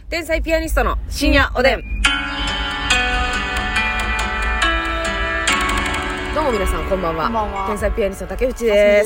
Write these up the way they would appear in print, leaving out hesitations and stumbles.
天才ピアニストの深夜おでん。どうも皆さんこんばんは。 こんばんは。 天才ピアニスト竹内です。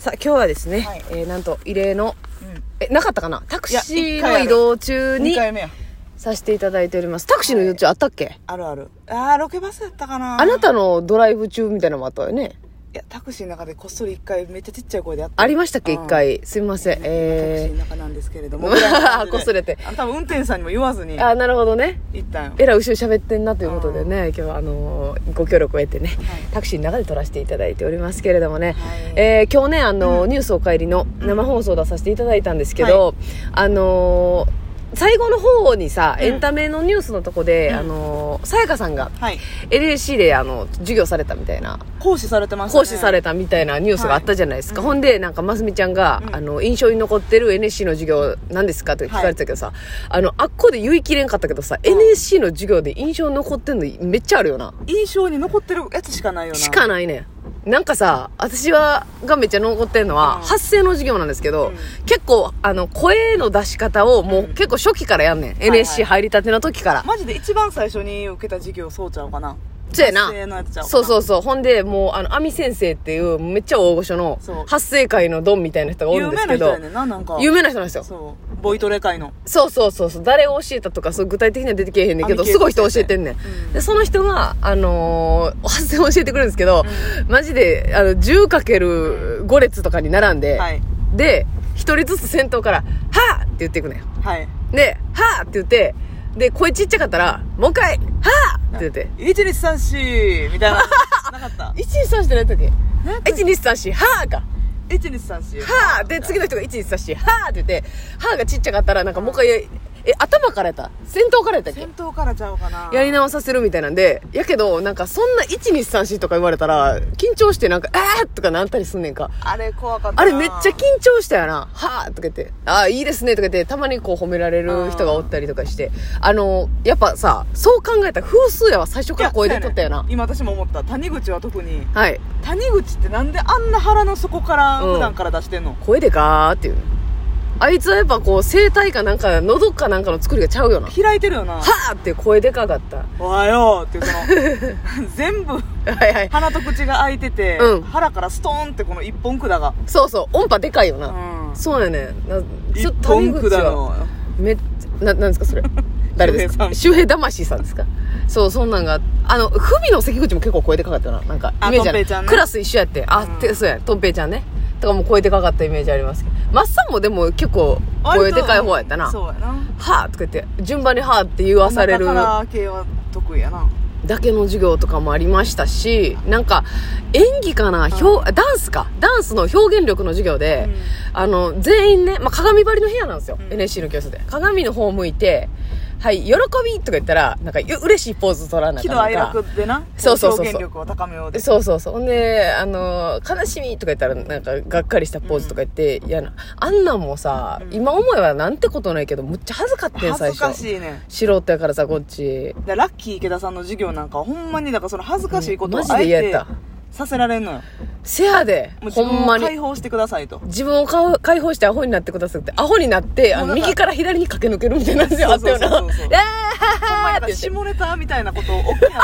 さあ今日はですね、 はい、 なんと異例の、なかったかな、タクシーの移動中に 2回目やさせていただいております。タクシーの移動中あったっけ？ あるある。ロケバスやったかな。 あなたのドライブ中みたいなのもあったよね。 いや、タクシーの中でこっそり1回めっちゃちっちゃい声でやった。 ありましたっけ1回。すみません。 タクシーの中なんですけれども。 こすれて。 多分運転手さんにも言わずに。 なるほどね。 行ったよ。 えらい後ろ喋ってんなということでね、今日はご協力を得てね、はい、タクシーの中で撮らせていただいておりますけれどもね、はい、今日ね、ニュースお帰りの生放送出させていただいたんですけど、はい、最後の方にさ、エンタメのニュースのとこで、さやかさんが、はい、NSC で授業されたみたいな。 講師されてましたね。 講師されたみたいなニュースがあったじゃないですか。はい、ほんで、なんか、ますみちゃんが、印象に残ってる NSC の授業何ですかって聞かれてたけどさ、はい、あっこで言い切れんかったけどさ、NSC の授業で印象に残ってんのめっちゃあるよな。 印象に残ってるやつしかないよな。 しかないね。なんかさ、私がめっちゃ残ってんのは、発声の授業なんですけど、結構、声の出し方をもう結構初期からやんねん。NSC 入りたての時から。 マジで一番最初に受けた授業そうちゃうかな。 そうやな。 発声のやつちゃうかな。 そうそうそう。ほんで、もう、アミ先生っていう、めっちゃ大御所の、発声界のドンみたいな人がおるんですけど。 有名な人やねんな、なんか。 有名な人なんですよ。 そう。ボイトレ界の。 そうそうそう。誰を教えたとか、そう具体的には出てけえへんねんけど、すごい人教えてんねん。で、その人が、発声を教えてくれるんですけど、マジで、10×5 列とかに並んで、はい、で、一人ずつ先頭から、はぁって言っていくねん。はい。で、はぁって言って、で、声ちっちゃかったら、もう一回、はぁって言って。 1234みたいな。なかった。 1234って何やったっけ？ 1234、はぁか。 1234。 はぁで、次の人が1234、はぁって言って、はぁがちっちゃかったら、なんかもう一回、頭からやった先頭からやったっけ？ 先頭からちゃうかな。 やり直させるみたいなんで、やけど、なんかそんな1234とか言われたら、緊張してなんか、とかなったりすんねんか。 あれ怖かったな。 あれめっちゃ緊張したよな。はぁとか言って、いいですねとか言って、たまにこう褒められる人がおったりとかして、やっぱさ、そう考えたら風数やは最初から声出とったよな。 今私も思った。谷口は特に。 はい。 谷口ってなんであんな腹の底から普段から出してんの？ 声でかーっていう。あいつはやっぱこう声帯かなんか喉かなんかの作りがちゃうよな。 開いてるよな。 はーって声でかかった。 おはようっていうその全部はいはい鼻と口が開いてて、腹からストーンってこの一本管が。 そうそう音波でかいよな。そうやね。 一本管のなんですかそれ。誰ですか？周平魂さんですか？そう、そんなんが、ふみの関口も結構声でかかったな。なんか、イメージある。クラス一緒やって。そうや、とんぺいちゃんね。とかも声でかかったイメージありますけど。マッサンもでも結構声でかい方やったな。 そうやな。 はぁとか言って、順番にはぁって言わされる。 だから系は得意やな。 だけの授業とかもありましたし、なんか、演技かな、ダンスか。ダンスの表現力の授業で、全員ね、鏡張りの部屋なんですよ。NSC の教室で。鏡の方向いて、はい、喜びとか言ったら、なんか、嬉しいポーズ取らなきゃ。 喜怒哀楽でな。 そうそうそう。 表現力を高めようで。 そうそうそう。ほんで、悲しみとか言ったら、なんか、がっかりしたポーズとか言って、嫌な。あんなんもさ、今思えばなんてことないけど、むっちゃ恥ずかってん、最初。 恥ずかしいね。 素人やからさ、こっち。 ラッキー池田さんの授業なんか、ほんまに、だからその恥ずかしいことをマジで嫌やった。 させられんのよ。 せやで、ほんまに。 解放してくださいと。 自分を解放してアホになってくださいって、アホになって、右から左に駆け抜けるみたいな感じあったよな。 ほんまや下ネタみたいなことを大きな声で。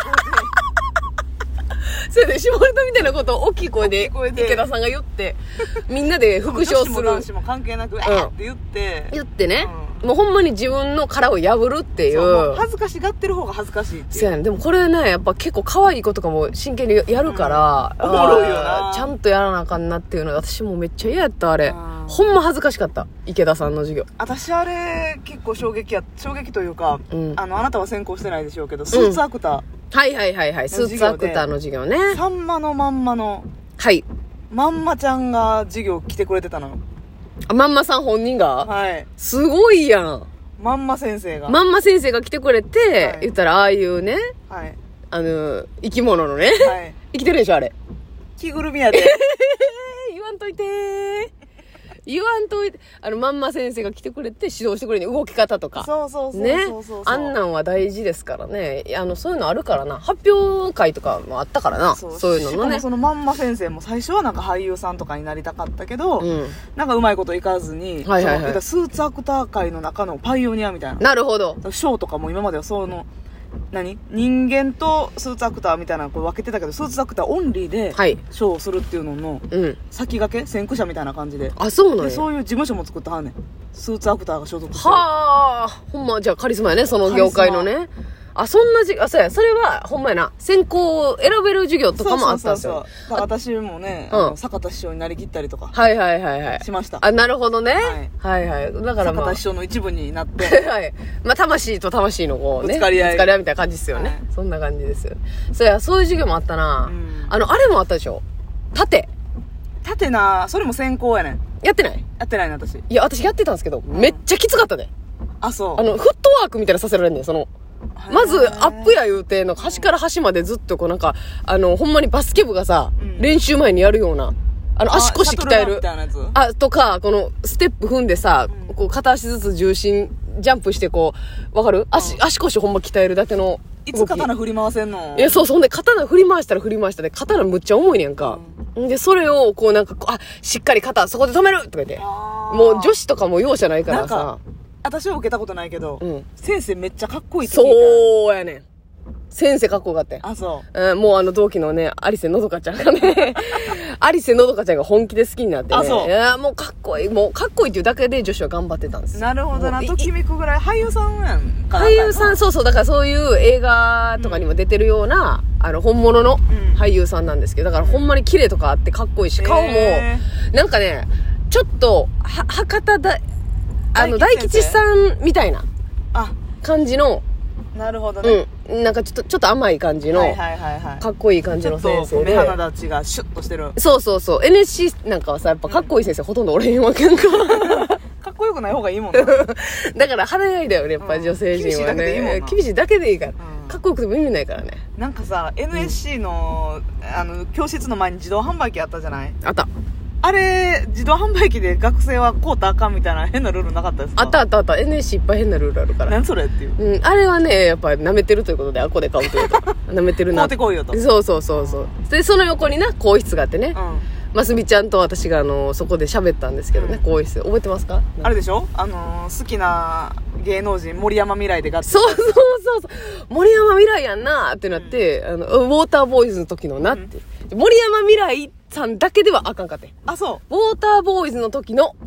それで下ネタみたいなことを大きい声で池田さんが言って、みんなで復唱する。女子も男子も関係なく、って言ってね。もうほんまに自分の殻を破るっていう。 そう恥ずかしがってる方が恥ずかしいっていう。 そうやね。でもこれね、やっぱ結構可愛い子とかも真剣にやるから、 おもろいよな。 ちゃんとやらなあかんなっていうのが私もめっちゃ嫌やった、あれ。ほんま恥ずかしかった。池田さんの授業。 私あれ結構衝撃というか、あなたは専攻してないでしょうけど、スーツアクター。 はいはいはいはい。スーツアクターの授業ね。 さんまのまんまの。 はい。 まんまちゃんが授業来てくれてたのよ。 まんまさん本人が？ はい。 すごいやん。 まんま先生が来てくれて、言ったらああいうね、はい。生き物のね、はい。生きてるでしょ、あれ。 着ぐるみやで。 言わんといて言わんといて、まんま先生が来てくれて指導してくれる動き方とか。 そうね。あんなんは大事ですからね。そういうのあるからな。発表会とかもあったからな。そういうののね。しかもそのまんま先生も最初はなんか俳優さんとかになりたかったけど、なんかうまいこといかずに、スーツアクター界の中のパイオニアみたいな。 なるほど。 ショーとかも今までは人間とスーツアクターみたいなのこう分けてたけど、スーツアクターオンリーでショーをするっていうのの先駆け、先駆者みたいな感じで。 あ、そうなんや。 そういう事務所も作ったはんねん。スーツアクターが所属してる。 はあ、ほんま、じゃあカリスマやね、その業界のね。そんなそうや、それは、ほんまやな、専攻を選べる授業とかもあったんですよ。 だから私もね、坂田師匠になりきったりとか。しました。 なるほどね。はいはい。だから坂田師匠の一部になって。 はい。魂と魂のこうね。ぶつかり合いみたいな感じですよね。そんな感じですよ。そういう授業もあったな。あれもあったでしょ？盾な、それも専攻やねん。 やってないな、 私。 いや、私やってたんですけど、めっちゃきつかったね。 あ、そう。 フットワークみたいなさせられんねん、まず、アップや言うて、端から端までずっとほんまにバスケ部がさ、練習前にやるような、足腰鍛える。とか、ステップ踏んでさ、片足ずつ重心、ジャンプしてわかる？足腰ほんま鍛えるだけの。 いつ刀振り回せんの？ いや、そう、ほんで、刀振り回したら刀むっちゃ重いねんか。で、それを、しっかりそこで止めるとか言って。もう女子とかも容赦ないからさ。 私は受けたことないけど、先生めっちゃかっこいいって聞いた。 そうやねん。先生かっこよかったよ。 あ、そう。 もう同期のね、有瀬のどかちゃんがね、有瀬のどかちゃんが本気で好きになってね。 あ、そう。 いや、もうかっこいいっていうだけで女子は頑張ってたんです。 なるほどな。ときめくぐらい俳優さんやんか。 俳優さん、そう、だからそういう映画とかにも出てるような、本物の俳優さんなんですけど、だからほんまに綺麗とかあってかっこいいし、顔も、なんかね、ちょっと、博多大吉さんみたいな感じの、 なるほどね。 なんかちょっと甘い感じの、かっこいい感じの先生で。 目鼻立ちがシュッとしてる。 そう。NSC なんかはさ、やっぱかっこいい先生ほとんどおれへんわけやんか。 かっこよくない方がいいもんね。 だから華やいだよね、やっぱ女性陣はね。厳しいだけでいいから。かっこよくても意味ないからね。 なんかさ、NSC の、教室の前に自動販売機あったじゃない？ あった。 あれ、自動販売機で学生は買うたらあかんみたいな変なルールなかったですか？ あった。NSC いっぱい変なルールあるから。 何それっていう。 あれはね、やっぱ舐めてるということで、あこで買うというか。舐めてるな。 買うてこいよと。 そう。で、その横にな、更衣室があってね。ますみちゃんと私がそこで喋ったんですけどね、更衣室。覚えてますか？ あれでしょ？好きな芸能人、森山未來でガッツ。 そう。森山未来やんなってなって、ウォーターボーイズの時のなって。森山未来さんだけではあかんかって。 あ、そう。 ウォーターボーイズの時の、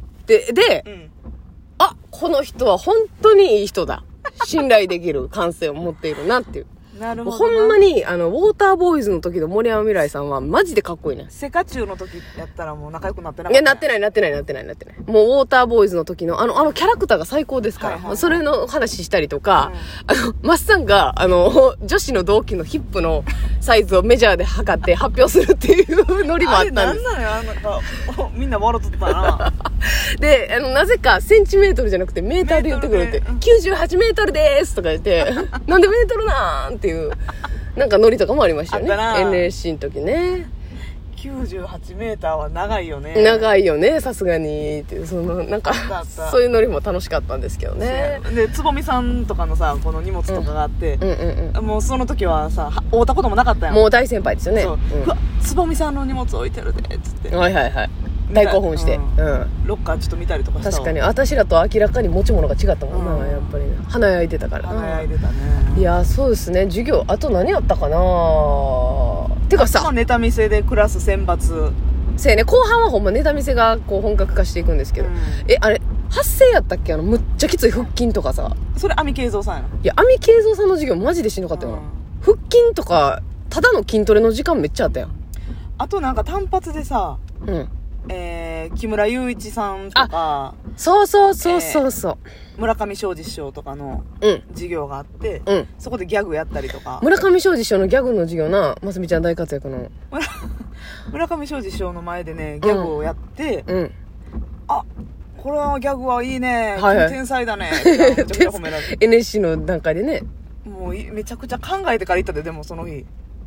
この人は本当にいい人だ。信頼できる感性を持っているなっていう。 なるほど。 ほんまに、ウォーターボーイズの時の森山未来さんはマジでかっこいいね。 セカチュウの時やったらもう仲良くなってなかった。 いや、なってない。もうウォーターボーイズの時のキャラクターが最高ですから。それの話したりとか、マッサンが、女子の同期のヒップのサイズをメジャーで測って発表するっていうノリもあったんです。 あれなんなんや、みんな笑っとったな。 で、なぜかセンチメートルじゃなくてメーターで言ってくるって、98メートルでーすとか言って、なんでメートルなんっていう、なんかノリとかもありましたよね。NSC の時ね。 98メーターは長いよね。 長いよね、さすがに。っていう、なんか、そういうノリも楽しかったんですけどね。 で、つぼみさんとかのさ、この荷物とかがあって、もうその時はさ、会ったこともなかったやん。 もう大先輩ですよね。 うわ、つぼみさんの荷物置いてるで、つって。 はい。大興奮して。 ロッカーちょっと見たりとかした。 確かに、私らと明らかに持ち物が違ったもんな、やっぱりね。華やいでたから。 華やいでたね。 いや、そうですね、授業、あと何やったかなてかさ、 ネタ見せでクラス選抜。 せやね、後半はほんまネタ見せがこう本格化していくんですけど、あれ発声やったっけ？むっちゃきつい腹筋とかさ。 それ、阿見慶三さんやな。 いや、阿見慶三さんの授業マジでしんどかったよな。腹筋とか、ただの筋トレの時間めっちゃあったやん。 あとなんか単発でさ、木村雄一さんとか、 そう、 村上正治師匠とかの授業があって、そこでギャグやったりとか。 村上正治師匠のギャグの授業な、ますみちゃん大活躍の。 村上正治師匠の前でね、ギャグをやって、あ、これはギャグはいいね、天才だね、めちゃくちゃ褒められて。 NSC の段階でね。 もうめちゃくちゃ考えてから行ったで、でもその日。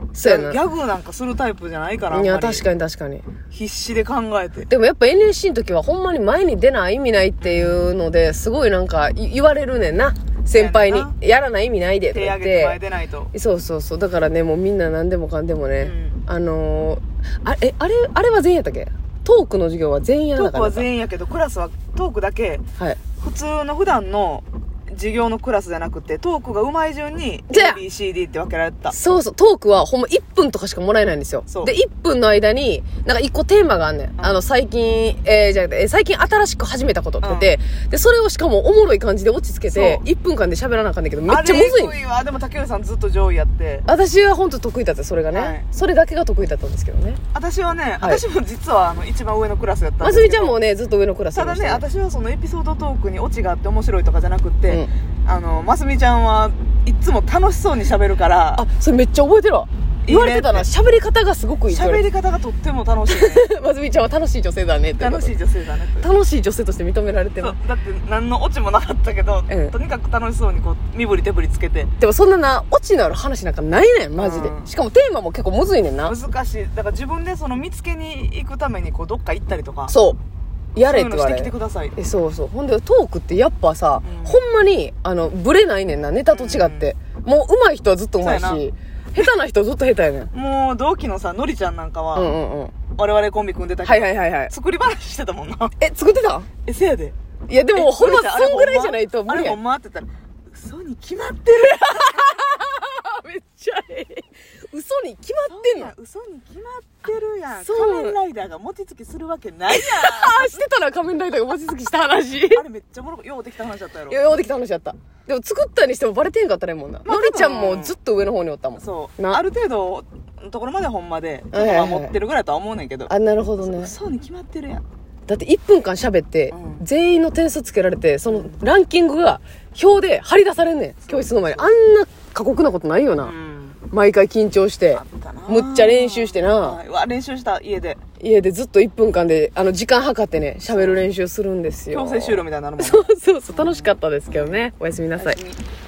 そうやな。 ギャグなんかするタイプじゃないから。 いや、確かに確かに。 必死で考えて。 でもやっぱ NSC の時はほんまに前に出ない意味ないっていうので、すごいなんか言われるねんな。先輩に。やらない意味ないで。 手上げて前出ないと。 そうそうそう。だからね、もうみんな何でもかんでもね。あれは全員やったっけ？トークの授業は全員やらなかった。 トークは全員やけど、クラスはトークだけ、はい、普通の普段の授業のクラスじゃなくて、トークが上手い順に ABCD って分けられた。 そうそう、トークはほんま1分とかしかもらえないんですよ。で、1分の間に、なんか1個テーマがあんねん。最近、最近新しく始めたことって言って、で、それをしかもおもろい感じで落ち着けて、1分間で喋らなあかんねんけど、めっちゃむずい。 あれいわ。でも竹内さんずっと上位やって。 私は本当得意だった、それがね、はい。それだけが得意だったんですけどね。 私はね、私も実は一番上のクラスやったんですけど。 ますみちゃんもね、ずっと上のクラスやっただね。私はそのエピソードトークにオチがあって面白いとかじゃなくて、ますみちゃんはいつも楽しそうに喋るから。 あ、それめっちゃ覚えてるわ。言われてたな。喋り方がすごくいい。 喋り方がとっても楽しいね。 ますみちゃんは楽しい女性だねって。 楽しい女性だね。 楽しい女性として認められてる。 だって何のオチもなかったけど、とにかく楽しそうにこう身振り手振りつけて。 でもそんなな、オチのある話なんかないねん、マジで。しかもテーマも結構むずいねんな。 難しい。だから自分でその見つけに行くためにこうどっか行ったりとか。 そう。やれって言われしてきてください。 そうそう。ほんでトークってやっぱさ、ほんまにブレないねんな、ネタと違って。もう上手い人はずっと上手いし、下手な人はずっと下手やねん。 もう同期のさ、のりちゃんなんかは、我々コンビ組んでたけど、作り話してたもんな。 作ってた？ せやで。 いやでもほんまそんぐらいじゃないと無理や。 あれほんまって言ったら、嘘に決まってる。 めっちゃ嘘に決まってんの？ 嘘に決まってるやん。仮面ライダーが餅つきするわけないやん。 してたな、仮面ライダーが餅つきした話。 あれめっちゃようできた話だったやろ。 ようできた話だった。でも作ったにしてもバレてんかったらいいもんな。のりちゃんもずっと上の方におったもん。 そう。ある程度のところまでほんまで、ちょっと持ってるぐらいとは思うねんけど。 あ、なるほどね。 嘘に決まってるやん。 だって1分間喋って、全員の点数つけられて、そのランキングが表で張り出されんねん。教室の前に。あんな過酷なことないよな。毎回緊張して、むっちゃ練習してな。 練習した、家でずっと1分間で、時間計ってね、喋る練習するんですよ。 強制終了みたいになるもん。 そう、楽しかったですけどね。おやすみなさい。